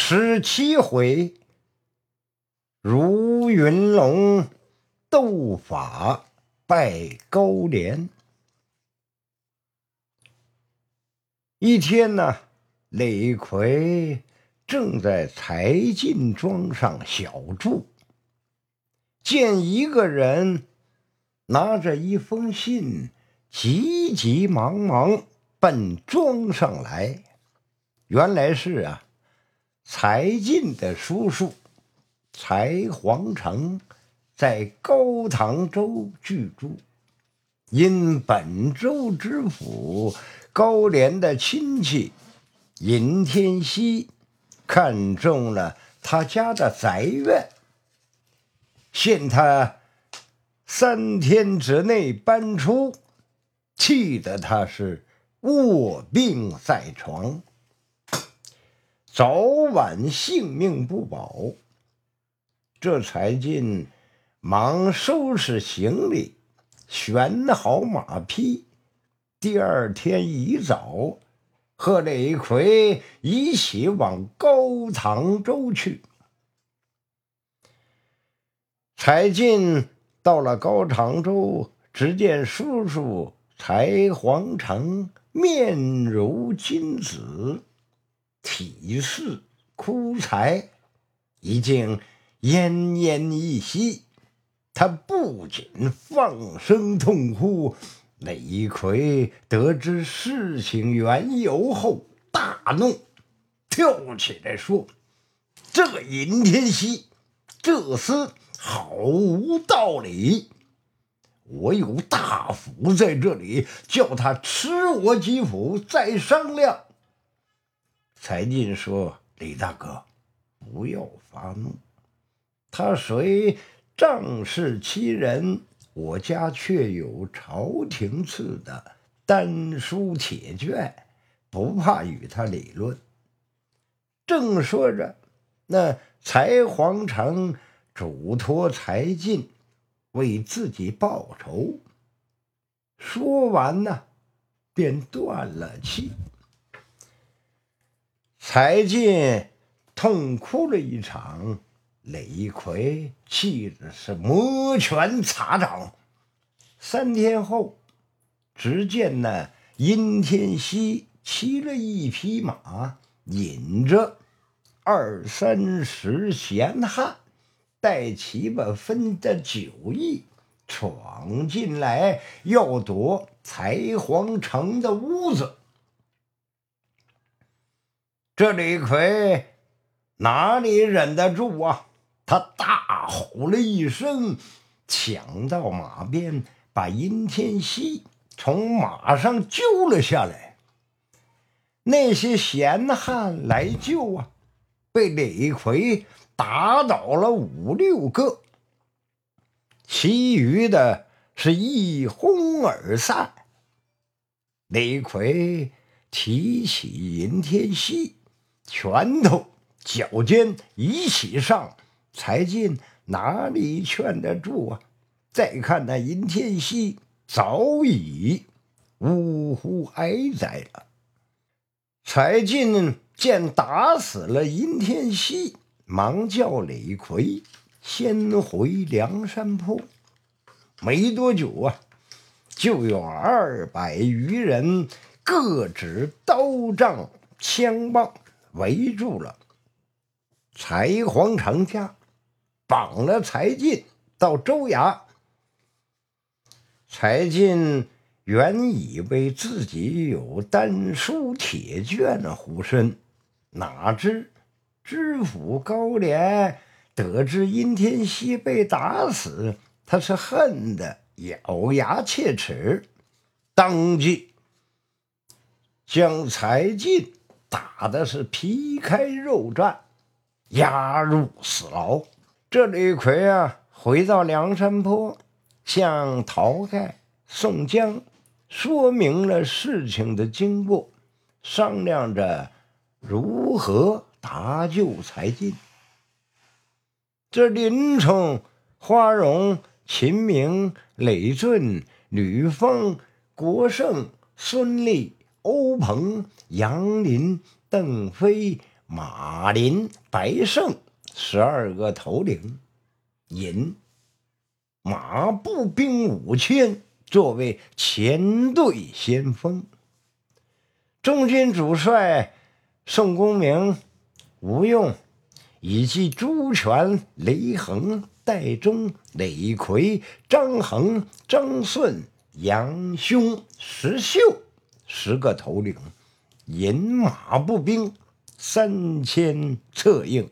17回，如云龙斗法拜高廉。一天呢，李逵正在柴进庄上小住，见一个人拿着一封信，急急忙忙奔庄上来。原来是柴进的叔叔柴皇城在高唐州居住，因本州知府高廉的亲戚尹天锡看中了他家的宅院，限他3天之内搬出，气得他是卧病在床，早晚性命不保。这柴进忙收拾行李，选好马匹，第二天一早和李逵一起往高唐州去。柴进到了高唐州，只见叔叔柴皇城面如金子，体似枯柴，已经奄奄一息。他不仅放声痛哭，李逵得知事情缘由后大怒，跳起来说：“这个尹天锡这厮毫无道理，我有大斧在这里，叫他吃我几斧再商量。”柴进说：“李大哥，不要发怒，他虽仗势欺人，我家却有朝廷赐的丹书铁卷，不怕与他理论。”正说着，那柴皇城嘱托柴进为自己报仇，说完便断了气。柴进痛哭了一场，李逵气的是摩拳擦掌。3天后，只见那殷天锡骑了一匹马，引着20-30闲汉，带齐了分的酒意，闯进来要夺柴皇城的屋子。这李逵哪里忍得住啊？他大吼了一声，抢到马边，把殷天锡从马上救了下来。那些闲汉来救被李逵打倒了5-6个，其余的是一哄而散。李逵提起尹天锡，拳头脚尖一起上，柴进哪里劝得住再看那尹天锡早已呜呼哀哉了。柴进见打死了尹天锡，忙叫李逵先回梁山泊。没多久就有200余人各执刀杖枪棒，围住了柴皇城家，绑了柴进到州衙。柴进原以为自己有丹书铁卷护身，哪知知府高廉得知殷天锡被打死，他是恨得咬牙切齿，当即将柴进打的是皮开肉绽，押入死牢。这李逵回到梁山泊，向晁盖、宋江说明了事情的经过，商量着如何搭救柴进。这林冲、花荣、秦明、累赘、吕奉、郭盛、孙立、欧鹏、杨林、邓飞、 马林、白胜12个头领，引马步兵5000作为前队先锋。中军主帅宋公明、吴用以及朱全、雷横、戴宗、李逵、张衡、张顺、杨雄、石秀10个头领，引马步兵3000策应。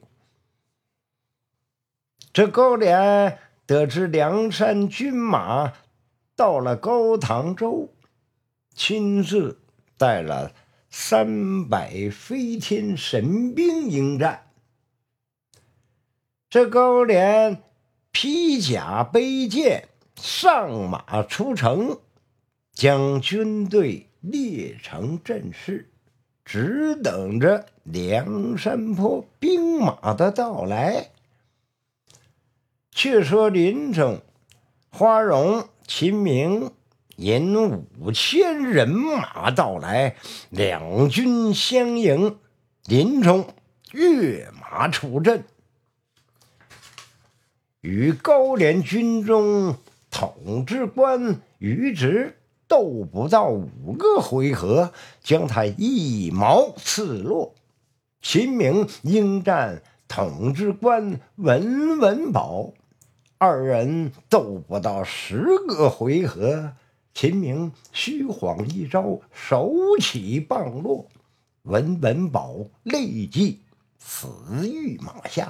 这高廉得知梁山军马到了高唐州，亲自带了300飞天神兵迎战。这高廉披甲背剑，上马出城，将军队列成阵势，只等着梁山泊兵马的到来。却说林冲、花荣、秦明引5000人马到来，两军相迎。林冲跃马出阵，与高廉军中统制官于直斗不到5个回合，将他一矛刺落。秦明应战统制官文文宝，二人斗不到10个回合，秦明虚晃一招，手起棒落，文文宝立即死于马下。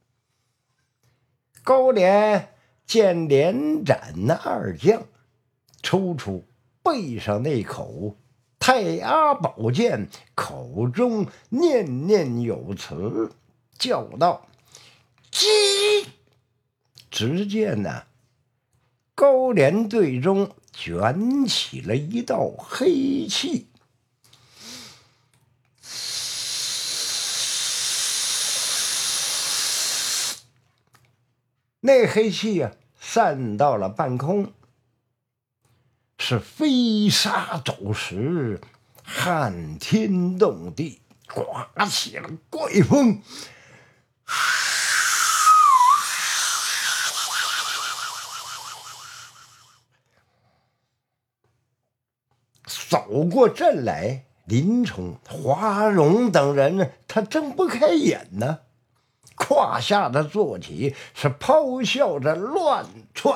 高廉见连斩那2将，抽出背上那口太阿宝剑，口中念念有词，叫道：“击！”只见高廉队中卷起了一道黑气，那黑气散到了半空，是飞沙走石，撼天动地，刮起了怪风。走过阵来，林冲、华容等人他睁不开眼呢，胯下的坐骑是咆哮着乱窜，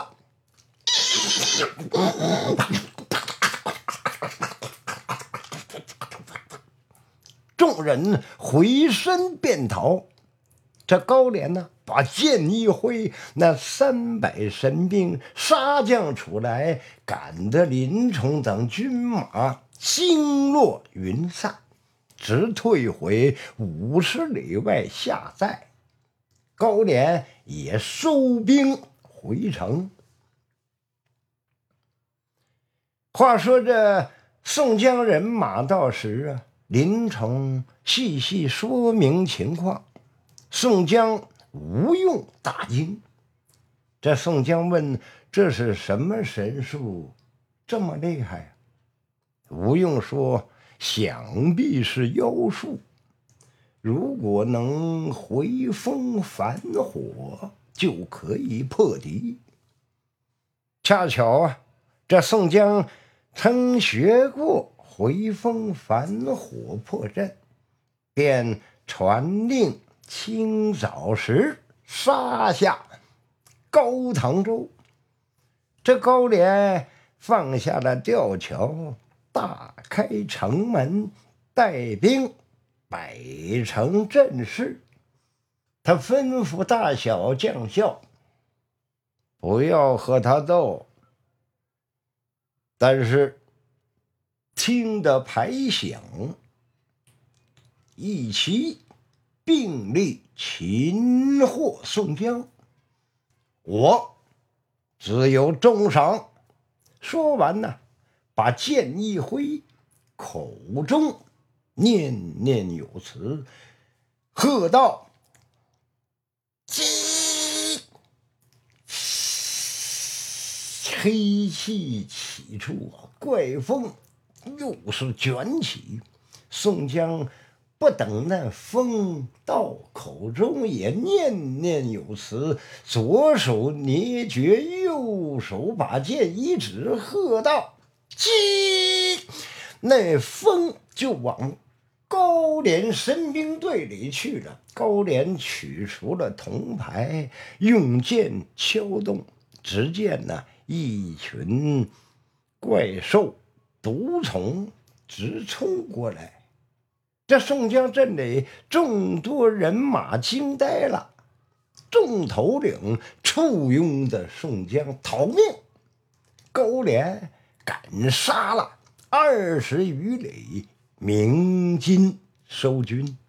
众人回身便逃。这高廉把剑一挥，那300神兵杀将出来，赶得林冲等军马星落云散，直退回50里外下寨。高廉也收兵回城。话说这宋江人马到时林冲细细说明情况，宋江、吴用大惊。这宋江问：“这是什么神术，这么厉害？”吴用说：“想必是妖术，如果能回风返火，就可以破敌。”恰巧这宋江曾学过回风返火破阵，便传令清早时杀下高唐州。这高廉放下了吊桥，大开城门，带兵摆成阵势。他吩咐大小将校不要和他斗，但是听得排响，一齐并力擒获宋江，我自有重赏。说完把剑一挥，口中念念有词，喝道：“击！”黑气起处，怪风又是卷起。宋江不等那风到口中，也念念有词，左手捏诀，右手把剑一指，喝道：“击！”那风就往高廉神兵队里去了。高廉取出了铜牌，用剑敲动，只见一群怪兽毒虫直冲过来。这宋江镇里众多人马惊呆了，众头领簇拥着宋江逃命。高廉赶杀了20余里，鸣金收军。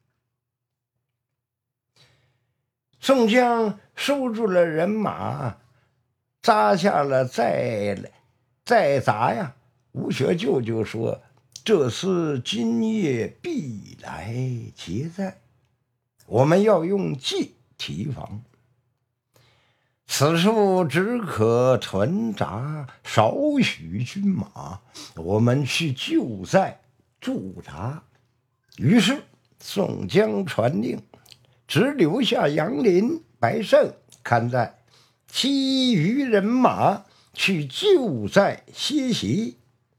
宋江收住了人马，扎下了再砸呀。吴学究就说：“这厮今夜必来劫寨，我们要用计提防。此处只可屯扎少许军马，我们去就寨驻扎。”于是宋江传令，只留下杨林、白胜看寨，其余人马去就寨歇息。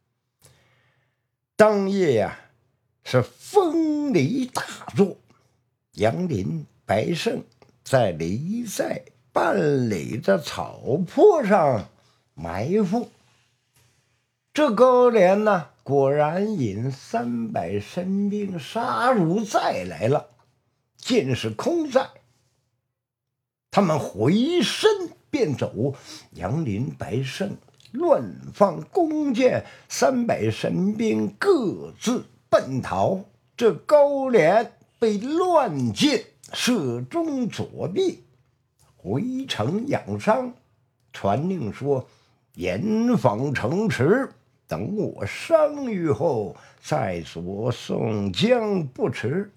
当夜是风雷大作，杨林、白胜在离寨半里的草坡上埋伏。这高廉果然引300神兵杀入寨来了，见是空寨，他们回身便走。杨林、白胜乱放弓箭，300神兵各自奔逃。这高廉被乱箭射中左臂，回城养伤，传令说：“严防城池，等我伤愈后再索宋江不迟。”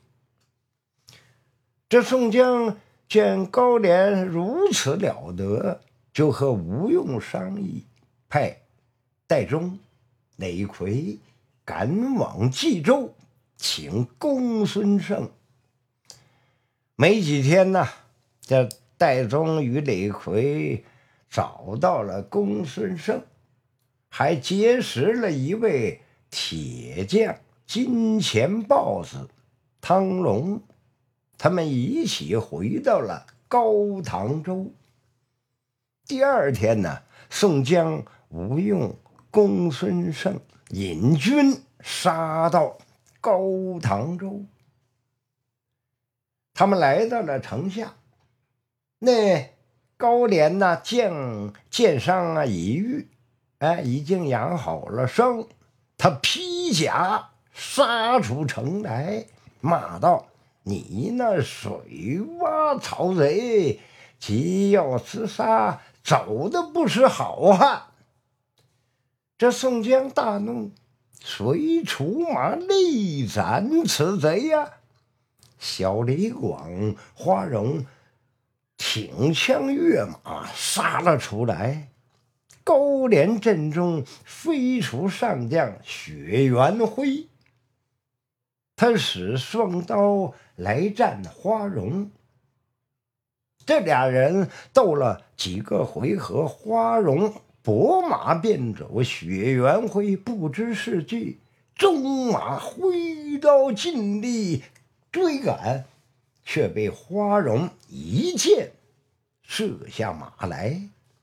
这宋江见高廉如此了得，就和吴用商议，派戴宗、雷魁赶往冀州，请公孙胜。没几天这戴宗与雷魁找到了公孙胜，还结识了一位铁匠金钱豹子汤龙，他们一起回到了高唐州。第二天宋江、吴用、公孙胜引军杀到高唐州。他们来到了城下，那高廉箭伤已愈，已经养好了伤。他披甲杀出城来，骂道：“你那水洼草贼，既要自杀，走的不是好汉！”这宋江大怒，遂出马力斩此贼小李广、花荣挺枪跃马杀了出来。高廉阵中飞出上将薛元辉，他使双刀来战花荣。这俩人斗了几个回合，花荣拨马便走，薛元辉不知是计，纵马挥刀尽力追赶，却被花荣一箭射下马来。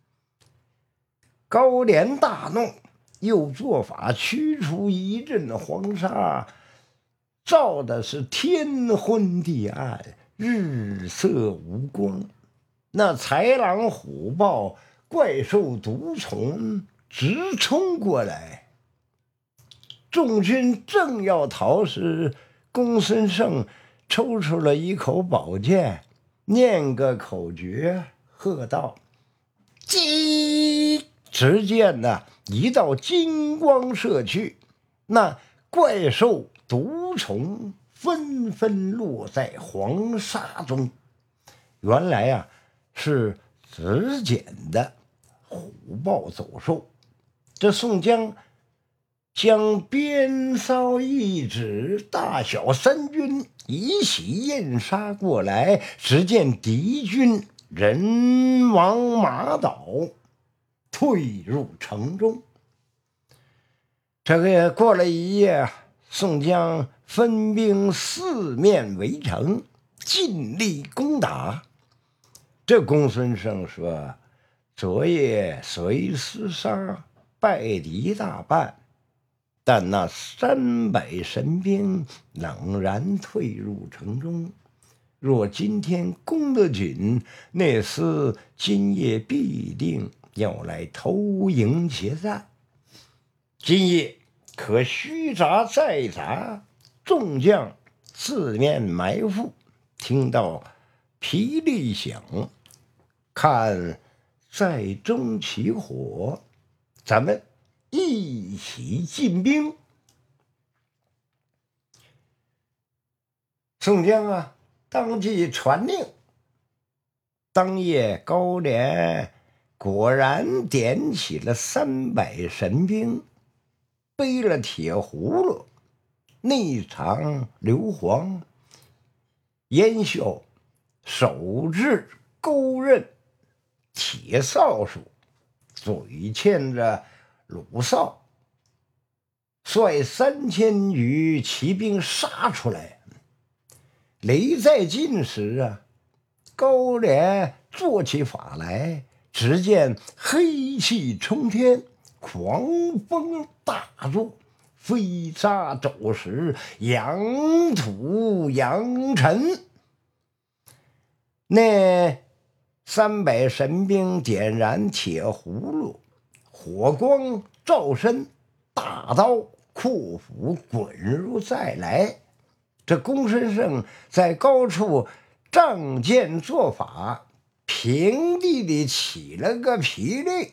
高廉大怒，又做法驱出一阵黄沙，照的是天昏地暗，日色无光。那豺狼虎豹、怪兽毒虫直冲过来。众军正要逃时，公孙胜抽出了一口宝剑，念个口诀，喝道：“击！”只见一道金光射去，那怪兽毒虫纷纷落在黄沙中。原来是只捡的虎豹走兽。这宋江将鞭梢一指，大小三军一起燕杀过来。只见敌军人亡马倒，退入城中。这个过了一夜，宋江分兵四面围城，尽力攻打。这公孙胜说：“昨夜虽厮杀，败敌大半，但那300神兵冷然退入城中。若今天攻得紧，那厮今夜必定要来偷营劫寨。今夜可虚砸再砸，众将四面埋伏，听到霹雳响，看寨中起火，咱们一起进兵。”宋江当即传令。当夜高廉果然点起了300神兵，背了铁葫芦，内藏硫磺，烟袖手执钩刃铁扫帚，嘴牵着鲁扫，率3000余骑兵杀出来。雷在近时高廉做起法来，只见黑气冲天，狂风大作，飞沙走石，扬土扬尘。那300神兵点燃铁葫芦，火光照身，大刀阔斧滚入寨来。这公孙胜在高处仗剑做法，平地里起了个霹雳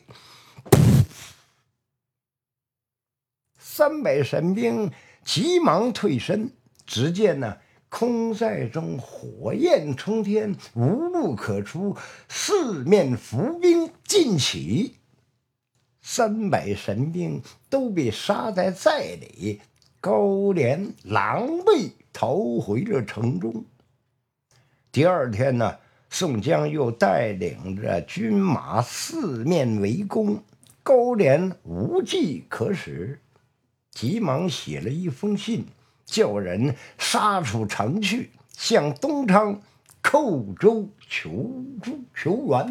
，300神兵急忙退身。只见空寨中火焰冲天，无路可出，四面伏兵尽起。300神兵都被杀在寨里，高廉狼狈逃回了城中。第二天宋江又带领着军马四面围攻，高廉无计可使，急忙写了一封信，叫人杀出城去，向东昌、寇州求援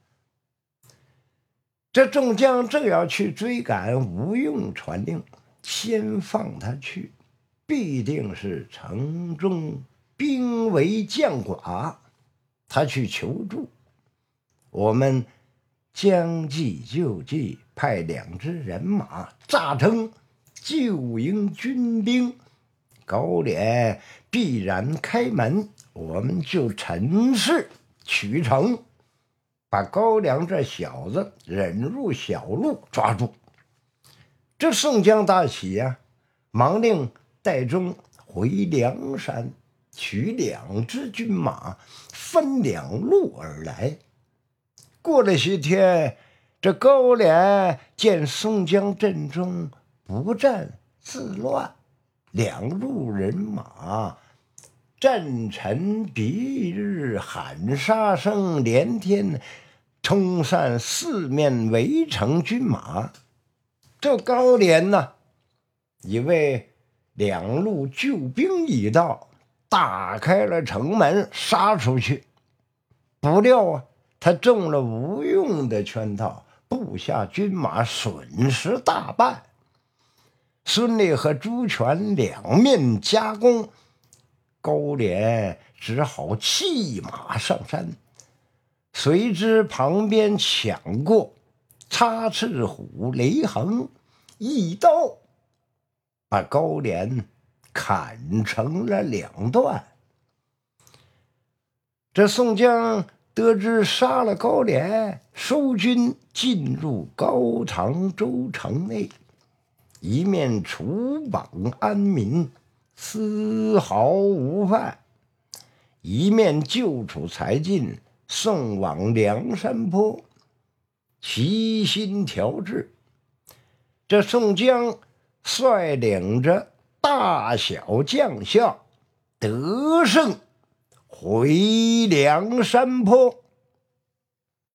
这众将正要去追赶，吴用传令，先放他去，必定是城中兵为将寡，他去求助。我们将计就计，派2支人马炸城救营军兵，高廉必然开门，我们就趁势取城，把高粱这小子忍入小路抓住。这宋江大喜忙令戴宗回梁山，取2支军马，分2路而来。过了些天，这高廉见宋江阵中不战自乱，2路人马战尘蔽日，喊杀声连天，冲散四面围城军马。这高廉以为2路救兵已到，打开了城门杀出去。不料他中了吴用的圈套，部下军马损失大半。孙烈和朱全两面夹攻，高廉只好弃马上山，随之旁边抢过插翅虎雷横，一刀把高廉砍成了2段。这宋江得知杀了高廉，收军进入高长州城内，一面除绑安民，丝毫无犯，一面救出柴进，送往梁山坡，齐心调治。这宋江率领着大小将校得胜回梁山坡。